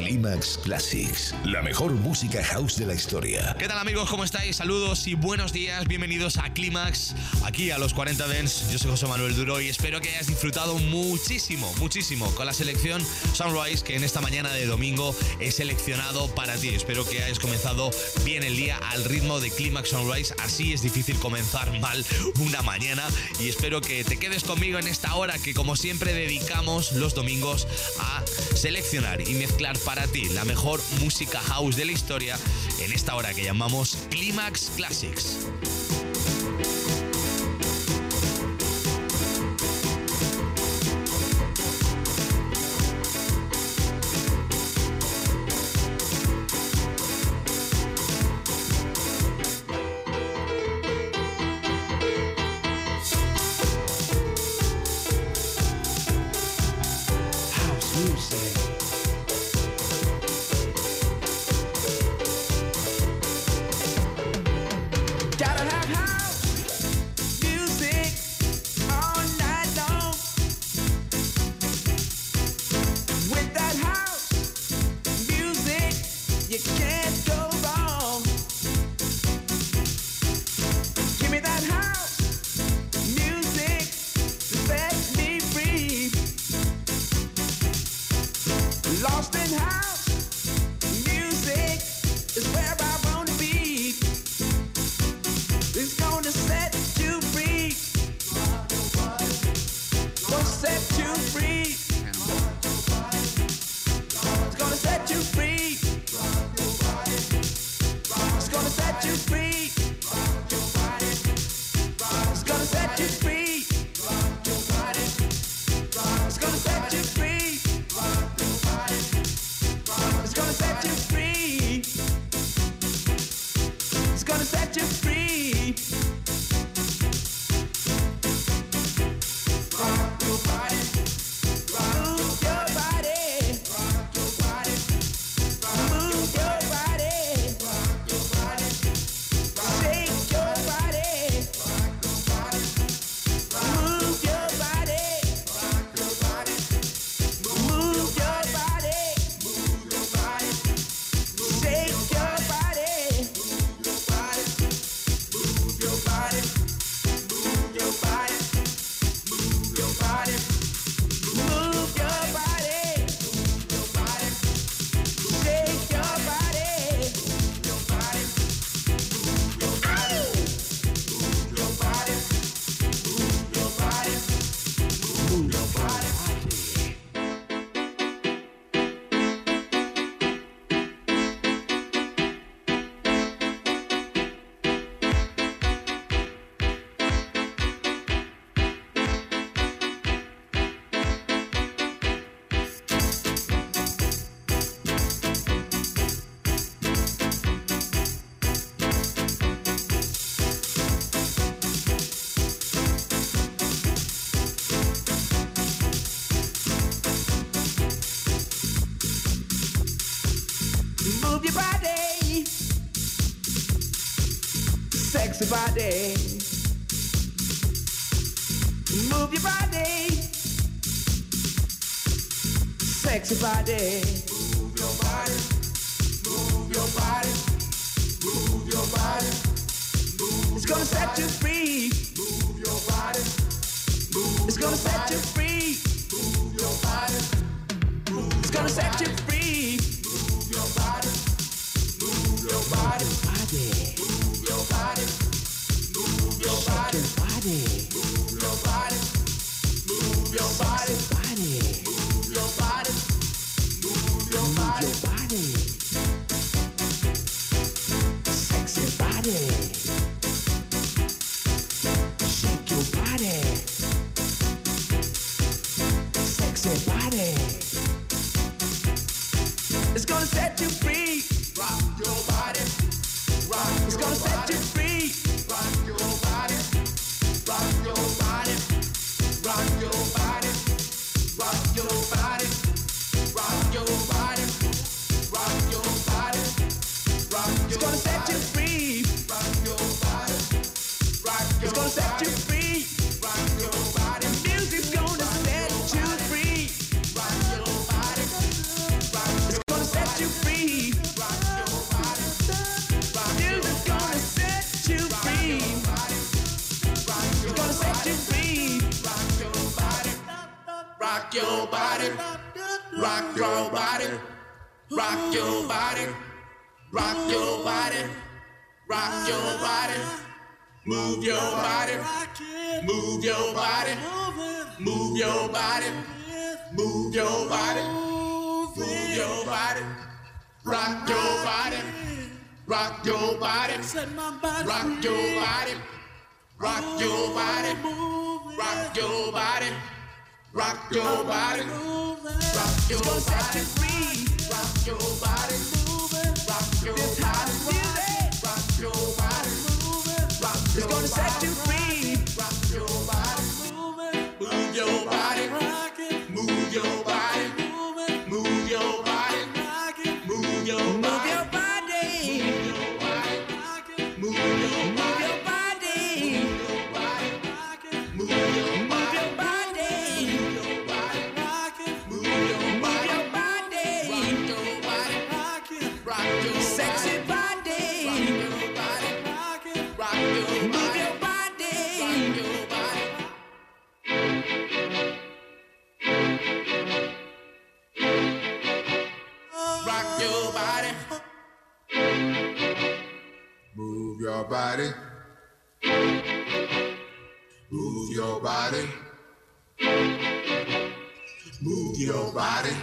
Climax Classics, la mejor música house de la historia. ¿Qué tal, amigos? ¿Cómo estáis? Saludos y buenos días. Bienvenidos a Climax, aquí a los 40 Dance. Yo soy José Manuel Duro y espero que hayas disfrutado muchísimo con la selección Sunrise que en esta mañana de domingo he seleccionado para ti. Espero que hayas comenzado bien el día al ritmo de Climax Sunrise. Así es difícil comenzar mal una mañana y espero que te quedes conmigo en esta hora que, como siempre, dedicamos los domingos a seleccionar y mezclar para ti la mejor música house de la historia en esta hora que llamamos Climax Classics. Body. Move your body. Sexy body. Move your body. Move your body. Move your body. Move. It's gonna set you free. Move your body. Move. It's gonna set you free. Move your body. Move. It's gonna set you free. Move your body. Move your body. Move your body. Move your body, move your body, move your body, move your body, move your body, sexy body, shake your body, sexy body. It's gonna set you free. Rock your body, rock. It's gonna set you free. Rock your body, rock your body, rock your body, rock your body, rock your body, rock your body, rock your body. It's gonna set you free. Rock your body, rock your body. It's gonna set you free. Rock your body. Music's gonna set you free. Rock your body, rock. It's gonna set rock your body, rock your body, rock your body, rock your body, rock your body, move your body, move your body, move your body, move your body, move your body, rock your body, rock your body, rock your body, rock your body, rock your body, rock your body, rock your body, rock your body, rock your body, rock your body, it's gonna set you free. Rock your body, move your body, move your body, move your body, move your body, move your body, move your body, move your body, rock your sexy body, rock your body, move your body, rock your body, move your body, move your body, move your body.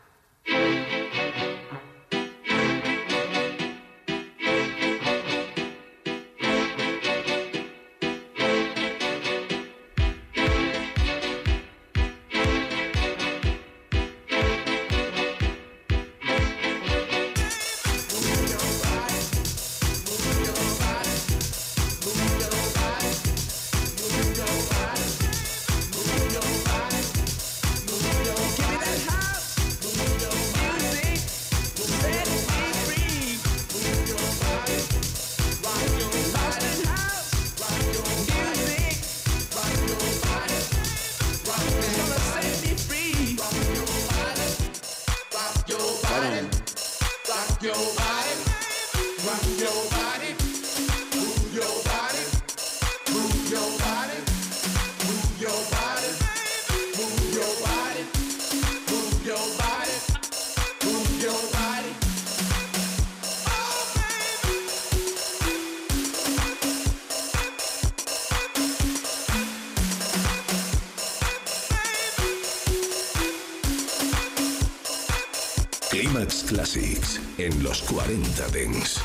Climax Classics en los 40 Dance.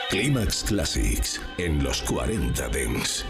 Climax Classics en los 40 Dance.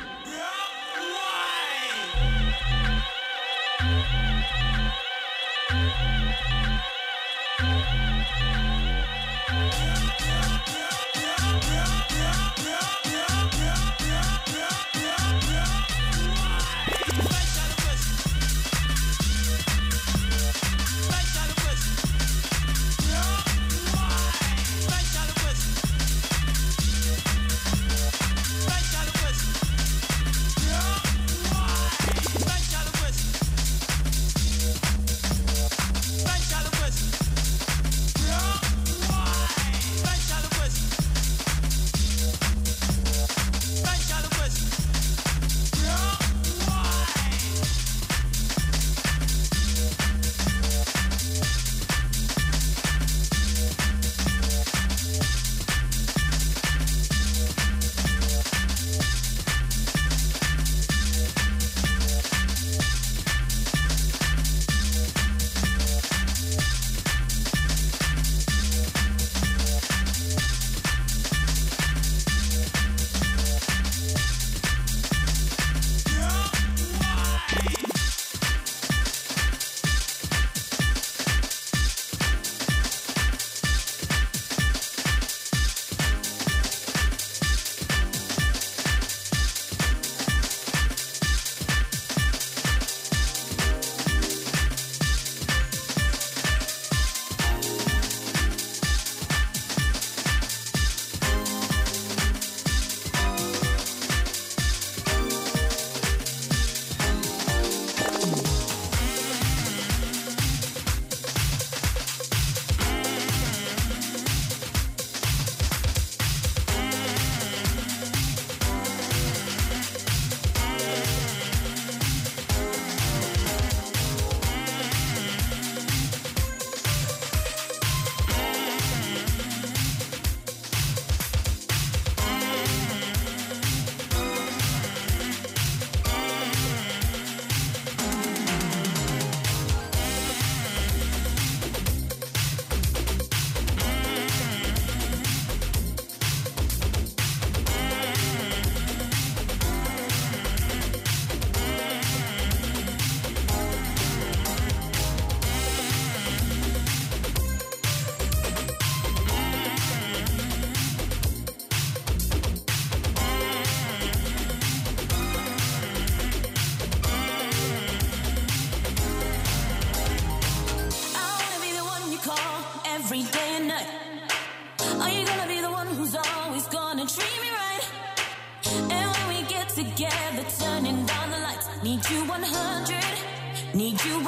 Need you 100, need you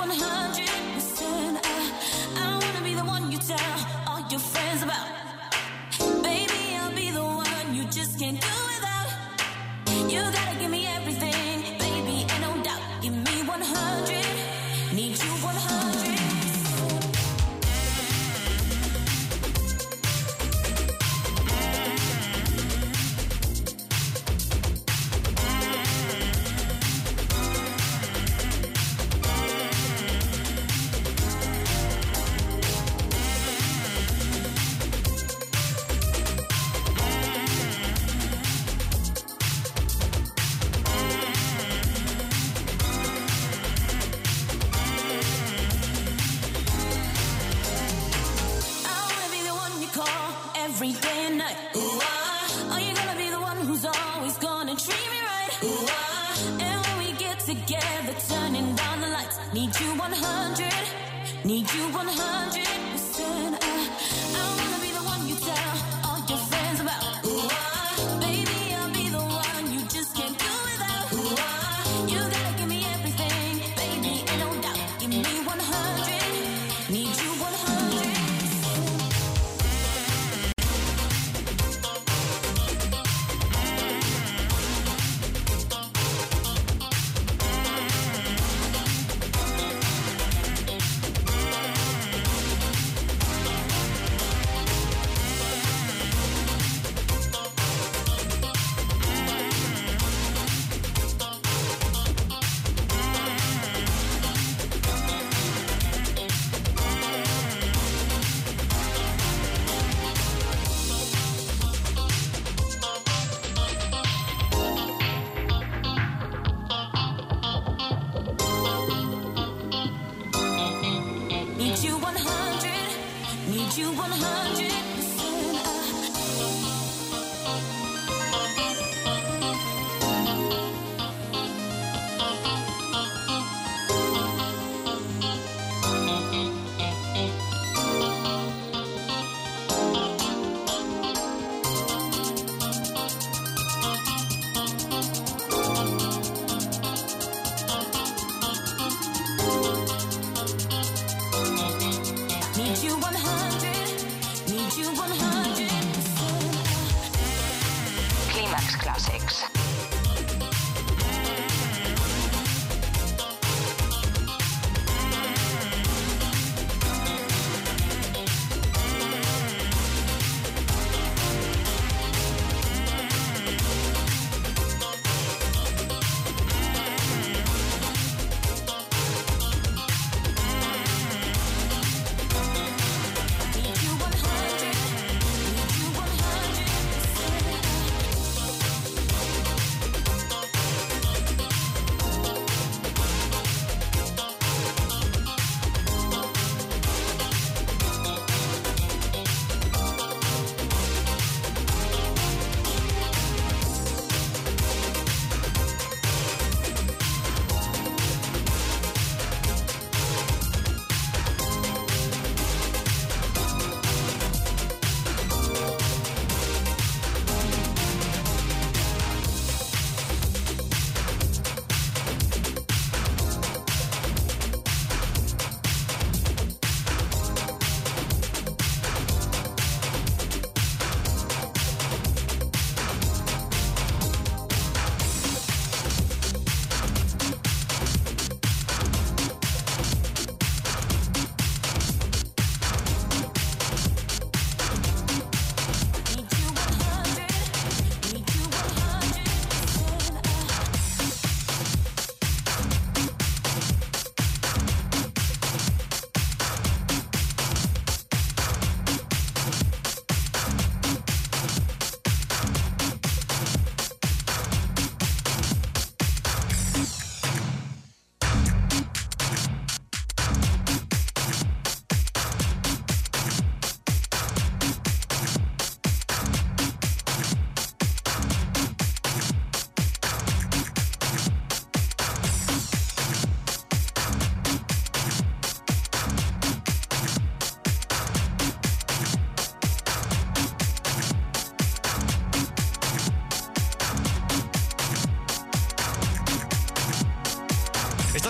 100%. I wanna be the one you tell all your friends about. Baby, I'll be the one you just can't do without. You gotta give me everything, baby, and no doubt. Give me 100, need you 100. Every day and night. Ooh, are you gonna be the one who's always gonna treat me right? Ooh, and when we get together, turning down the lights. Need you 100, need you 100%. I wanna be the one you tell all your friends about. Ooh, baby, I'll be the one you just can't do without. Ooh, you gotta give me everything, baby, and no doubt. Give me 100, need you 100.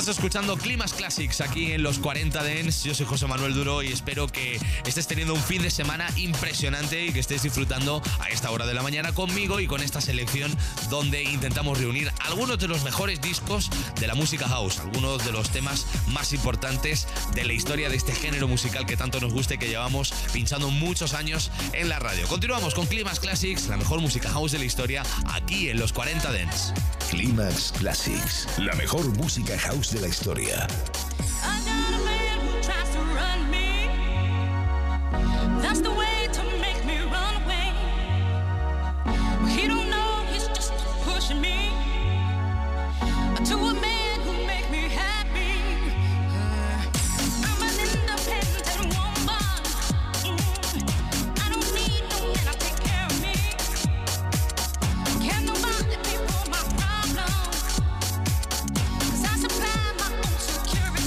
Estás escuchando Climax Classics aquí en los 40 Dance. Yo soy José Manuel Duro y espero que estés teniendo un fin de semana impresionante y que estés disfrutando a esta hora de la mañana conmigo y con esta selección donde intentamos reunir algunos de los mejores discos de la música house, algunos de los temas más importantes de la historia de este género musical que tanto nos gusta y que llevamos pinchando muchos años en la radio. Continuamos con Climax Classics, la mejor música house de la historia, aquí en los 40 Dance. Climax Classics, la mejor música house de la historia. That's the way to make me run away. He don't know he's just pushing me to a man who make me happy. I'm an independent woman. I don't need no man to take care of me. Can't nobody pay for my problems, 'cause I supply my own security.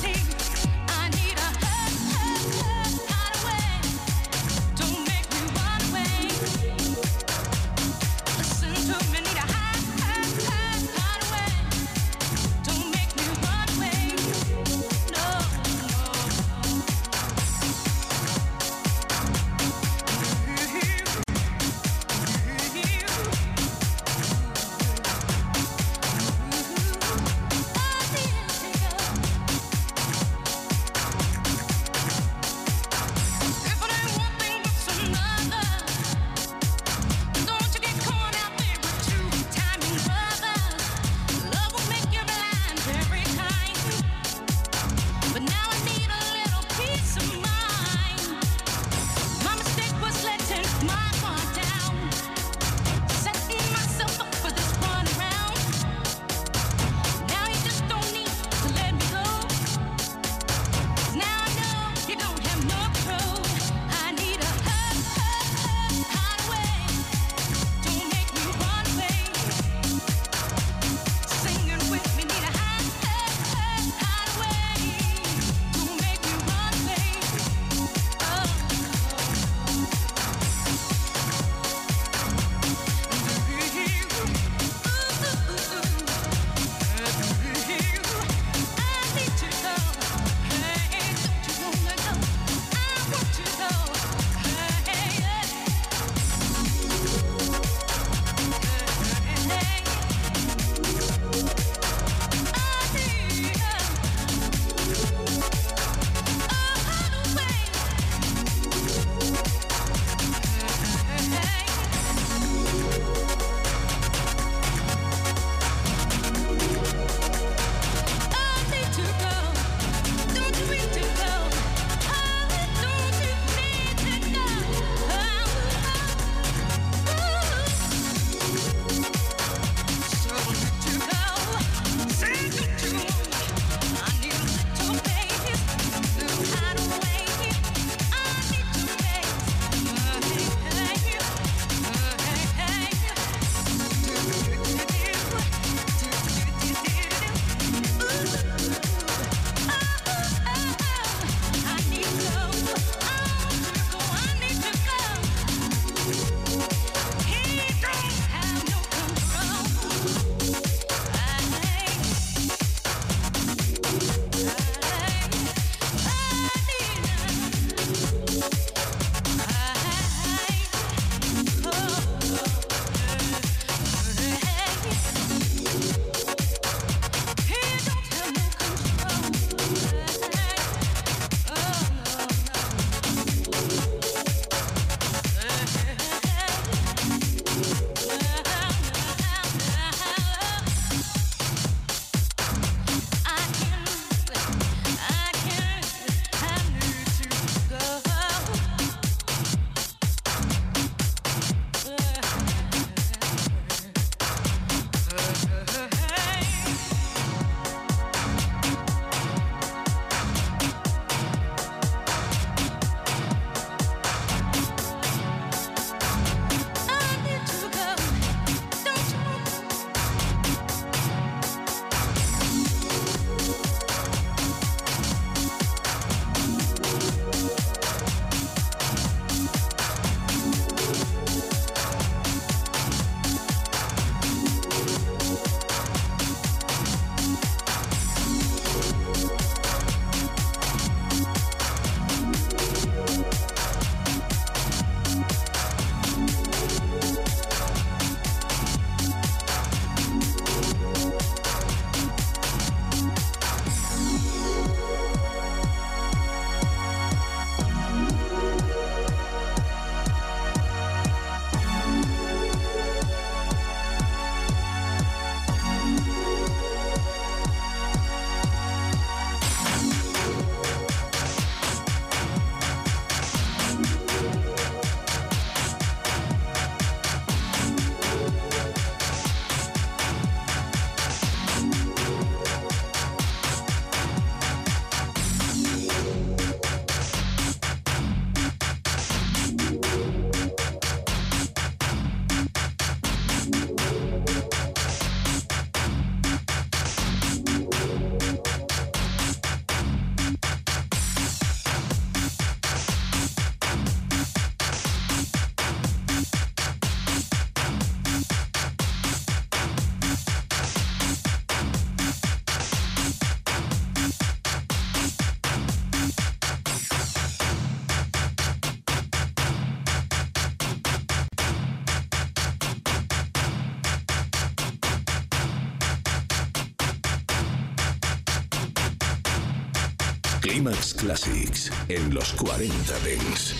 Climax Classics en los 40 Dance.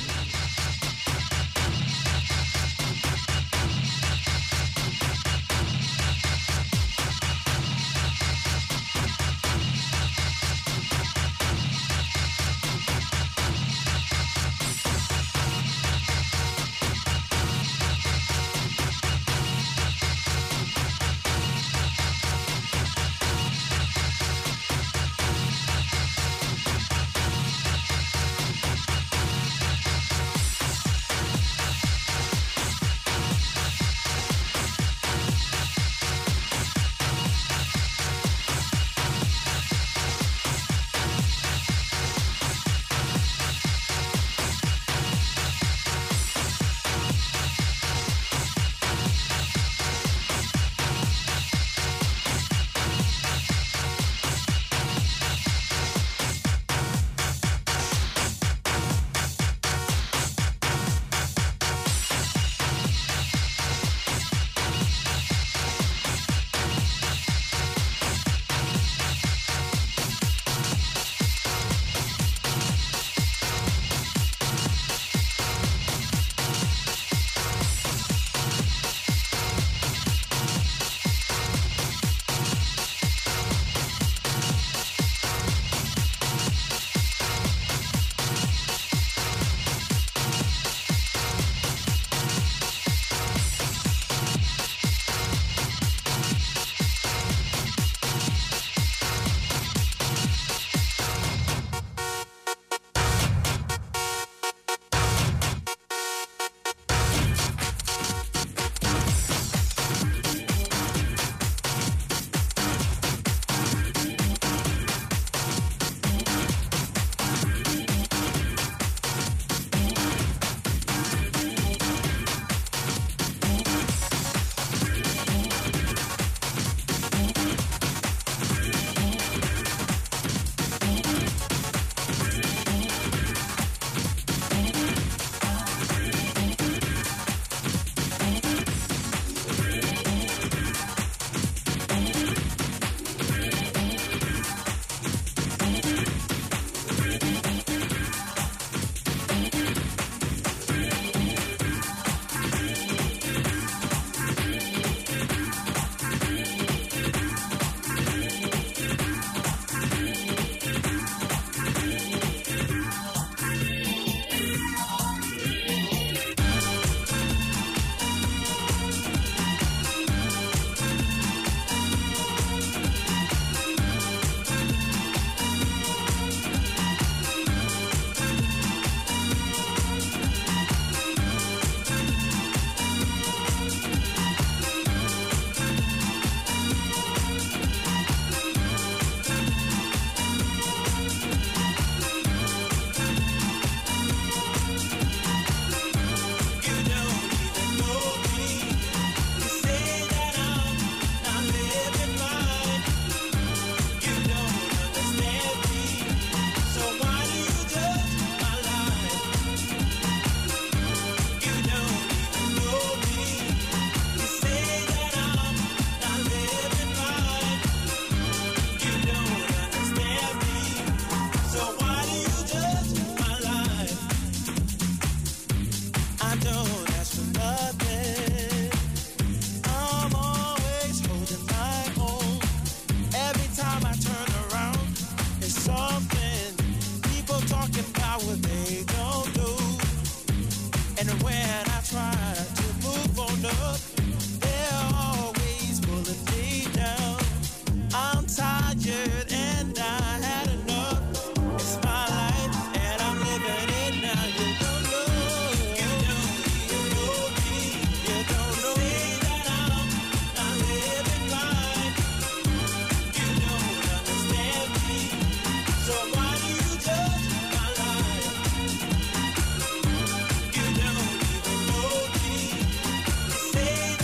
Say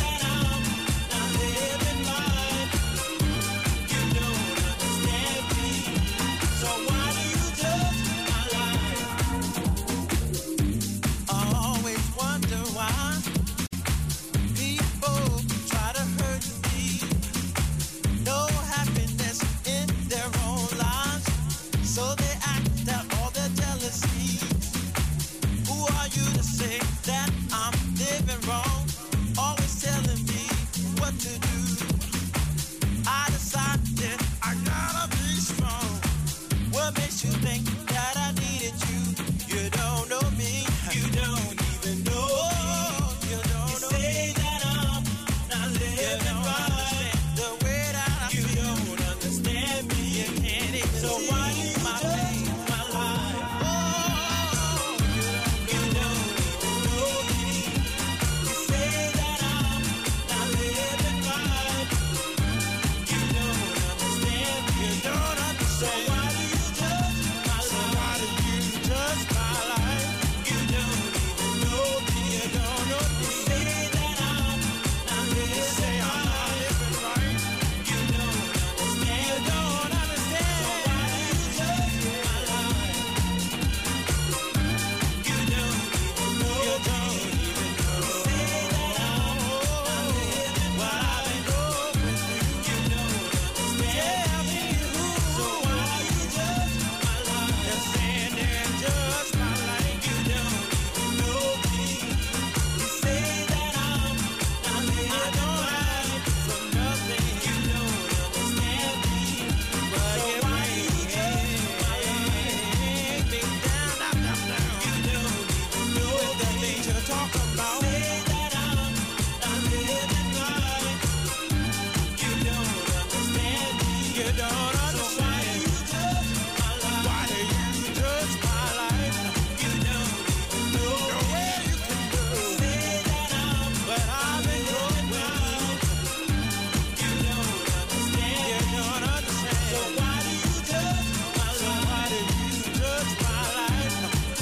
I'm living wrong, always telling me what to do. I decided I gotta be strong. What makes you think that I needed you? You don't know me, you don't even know me. You don't know me. That I'm not living right the way that I feel. You don't understand me, you can't even so why you my pain, my life? Oh, you don't even know me. You say that I'm not living right. You don't understand me, you don't understand. So why do you judge my life? So why do you judge my life? You don't even know me, you don't know me. You say that I'm not living right. You don't understand. You don't understand. So why do you judge my life? You don't even know. You don't even know. You say that I'm not living what I've been going through. You don't understand. Tell me who. So why you judge my life? Just stand there and judge my life. You don't even know me. You say that I'm not living right for nothing. You don't understand me. But so why you judge my life? Big down, down, down, down. You don't even know the things you're talking about. Say that I'm not living right. You don't understand me. You don't understand. So why do you judge my life? Why do you judge my life? You don't even know the way you can do. Say that I'm, but I've been going wild. You don't understand. You don't understand. So why do you judge my life? So why do you judge my life?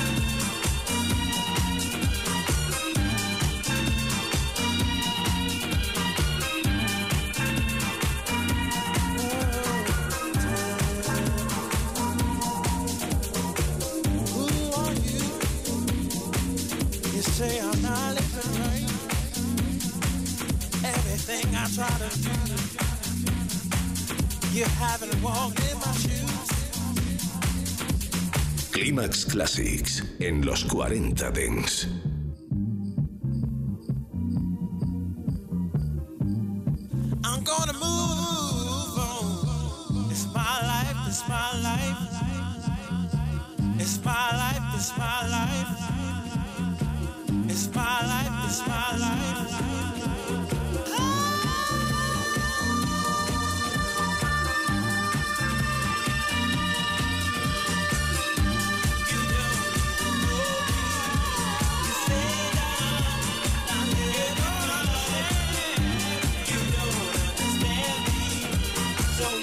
Who are you? You say I'm not living right. Everything I try to do, you haven't walked in my shoes. Climax Classics en los 40 Dance. I'm gonna move on. It's my life, it's my life. It's my life, it's my life. It's my life, it's my life.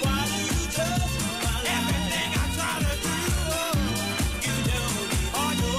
Everything I try to do, you don't even know.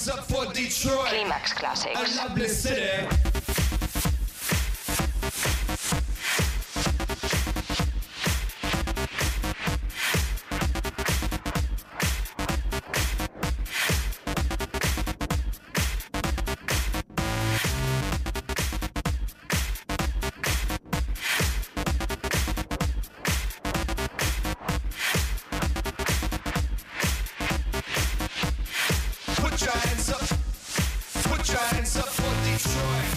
hands up for Detroit. Climax Classics. A lovely city. Put your hands up. Put your hands up for Detroit.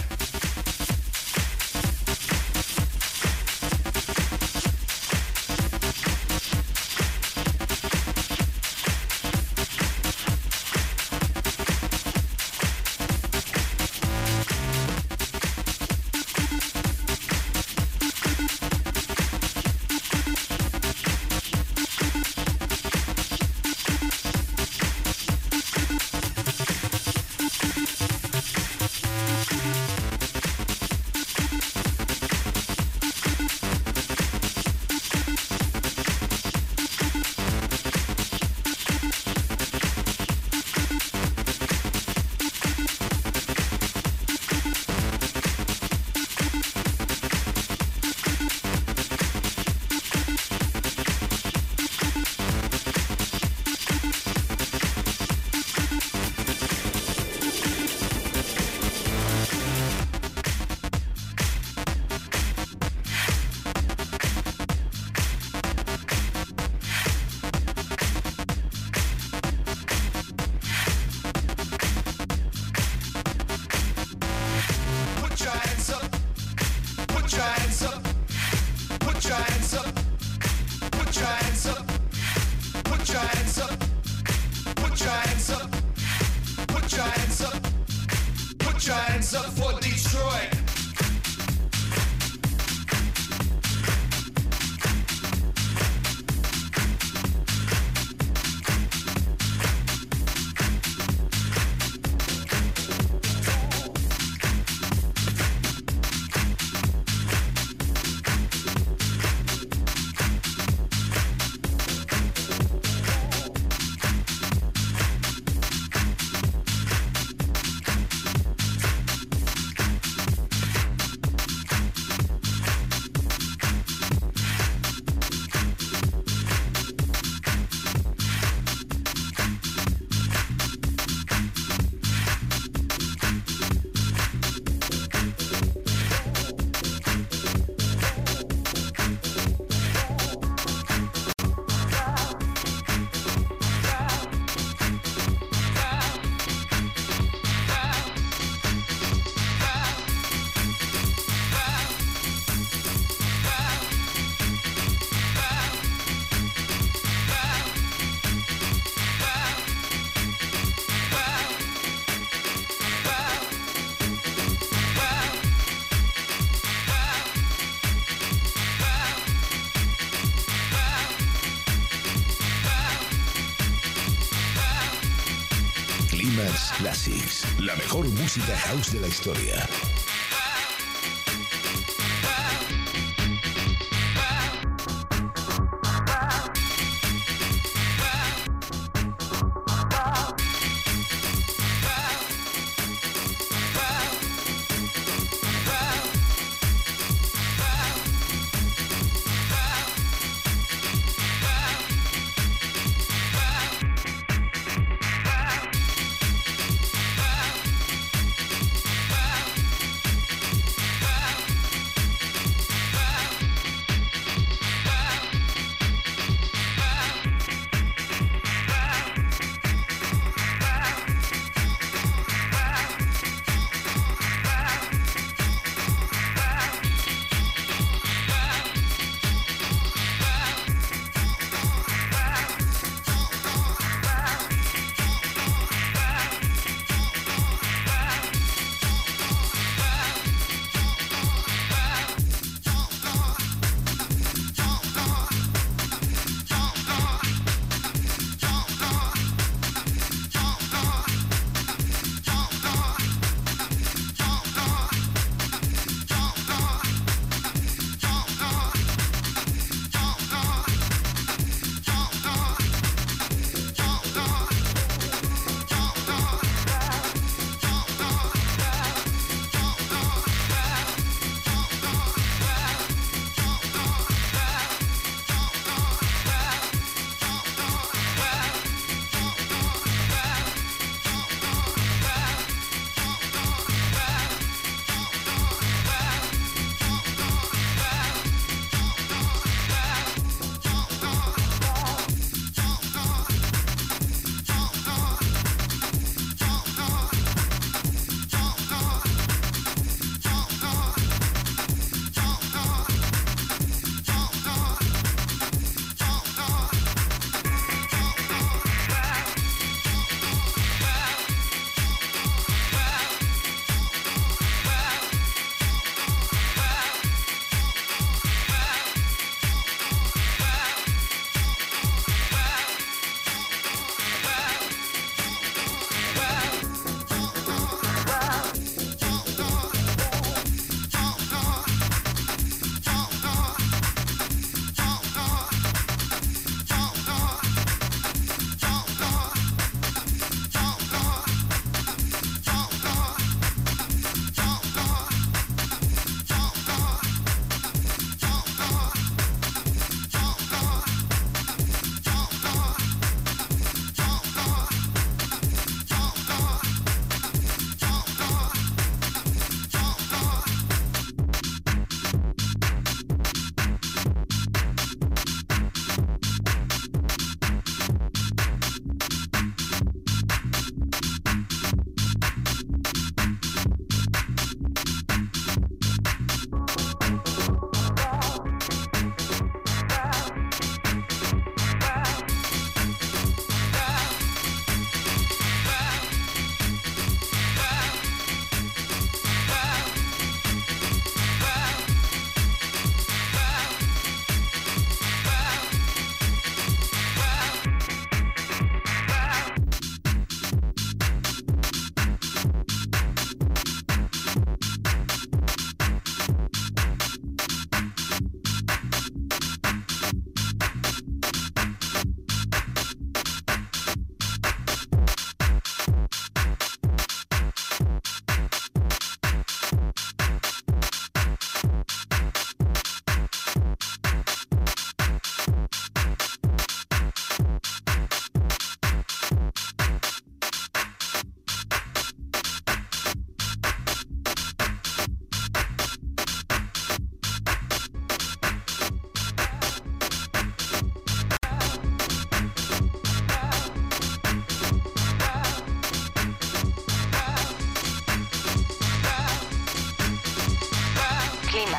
Put your hands up. Put your hands up. Put your hands up. Put your hands up. Put your hands up. Put your hands up. Put your hands up. Put your hands up for Detroit. Climax Classics, la mejor música house de la historia.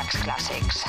Climax Classics.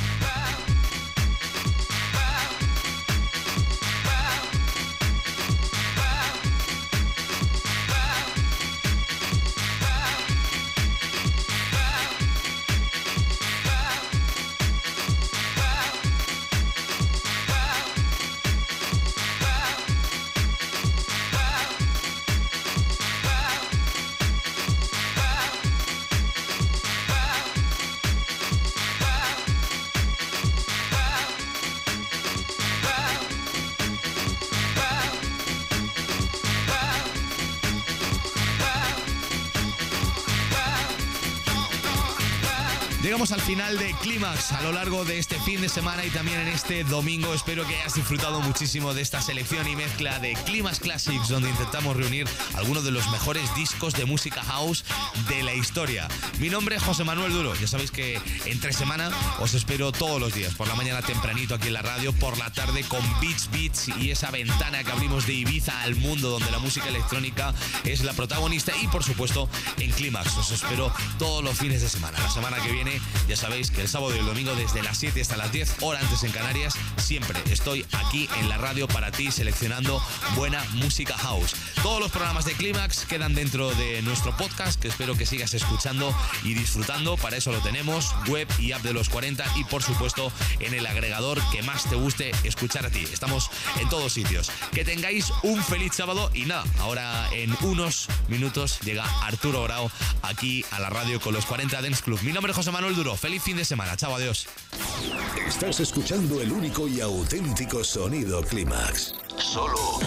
Llegamos al final de Clímax a lo largo de este fin de semana y también en este domingo. Espero que hayas disfrutado muchísimo de esta selección y mezcla de Clímax Classics, donde intentamos reunir algunos de los mejores discos de música house de la historia. Mi nombre es José Manuel Duro. Ya sabéis que entre semana os espero todos los días, por la mañana tempranito aquí en la radio, por la tarde con Beats y esa ventana que abrimos de Ibiza al mundo, donde la música electrónica es la protagonista, y por supuesto en Clímax. Os espero todos los fines de semana. La semana que viene ya sabéis que el sábado y el domingo desde las 7 hasta las 10, hora antes en Canarias, siempre estoy aquí en la radio para ti seleccionando buena música house. Todos los programas de Clímax quedan dentro de nuestro podcast, que espero que sigas escuchando y disfrutando. Para eso lo tenemos, web y app de los 40, y por supuesto en el agregador que más te guste escuchar a ti. Estamos en todos sitios. Que tengáis un feliz sábado y nada, ahora en unos minutos llega Arturo Grau aquí a la radio con los 40 Dance Club. Mi nombre es José Manuel Duro. Feliz fin de semana. Chao, adiós. Estás escuchando el único y auténtico sonido Clímax. Solo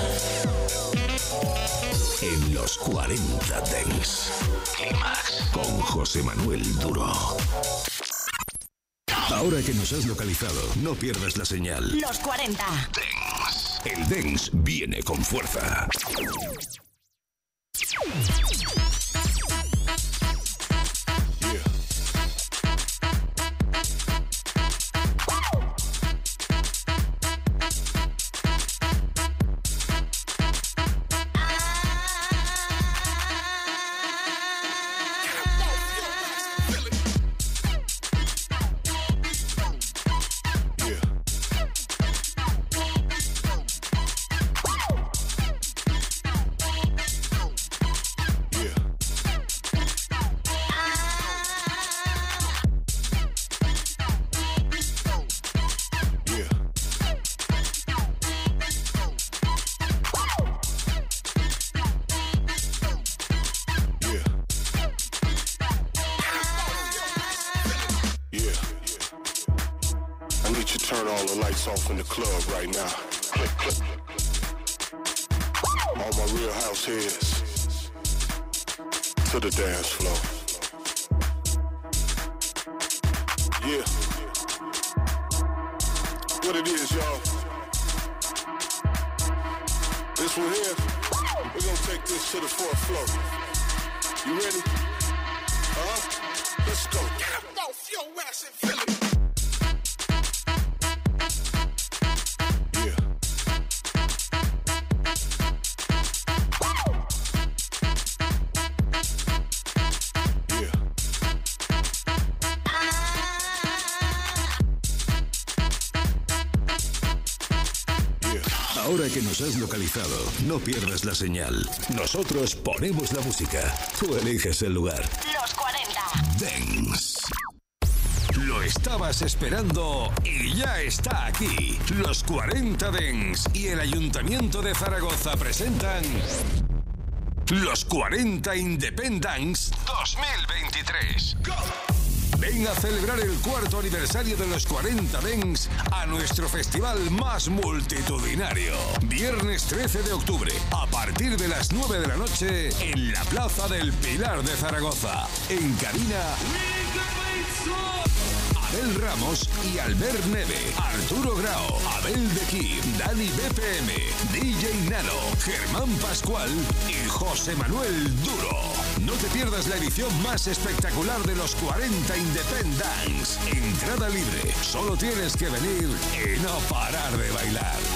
en los 40 Dance. Clímax con José Manuel Duro. Ahora que nos has localizado, no pierdas la señal. Los 40 Dance. El Dance viene con fuerza. Off in the club right now. Click, click. All my real house heads to the dance floor. Yeah. What it is, y'all. This one here, we're gonna take this to the fourth floor. You ready? Let's go. Get off your ass and feel it. Ahora que nos has localizado, no pierdas la señal. Nosotros ponemos la música. Tú eliges el lugar. Los 40 Dance. Lo estabas esperando y ya está aquí. Los 40 Dance y el Ayuntamiento de Zaragoza presentan Los 40 Independence 2023. ¡Go! Ven a celebrar el 4º aniversario de los 40 Dance a nuestro festival más multitudinario. Viernes 13 de octubre, a partir de las 9 de la noche, en la Plaza del Pilar de Zaragoza. En cabina, Abel Ramos y Albert Neve, Arturo Grau, Abel de Kim, Dani BPM, DJ Nano, Germán Pascual y José Manuel Duro. No te pierdas la edición más espectacular de los 40 Independence. Entrada libre. Solo tienes que venir y no parar de bailar.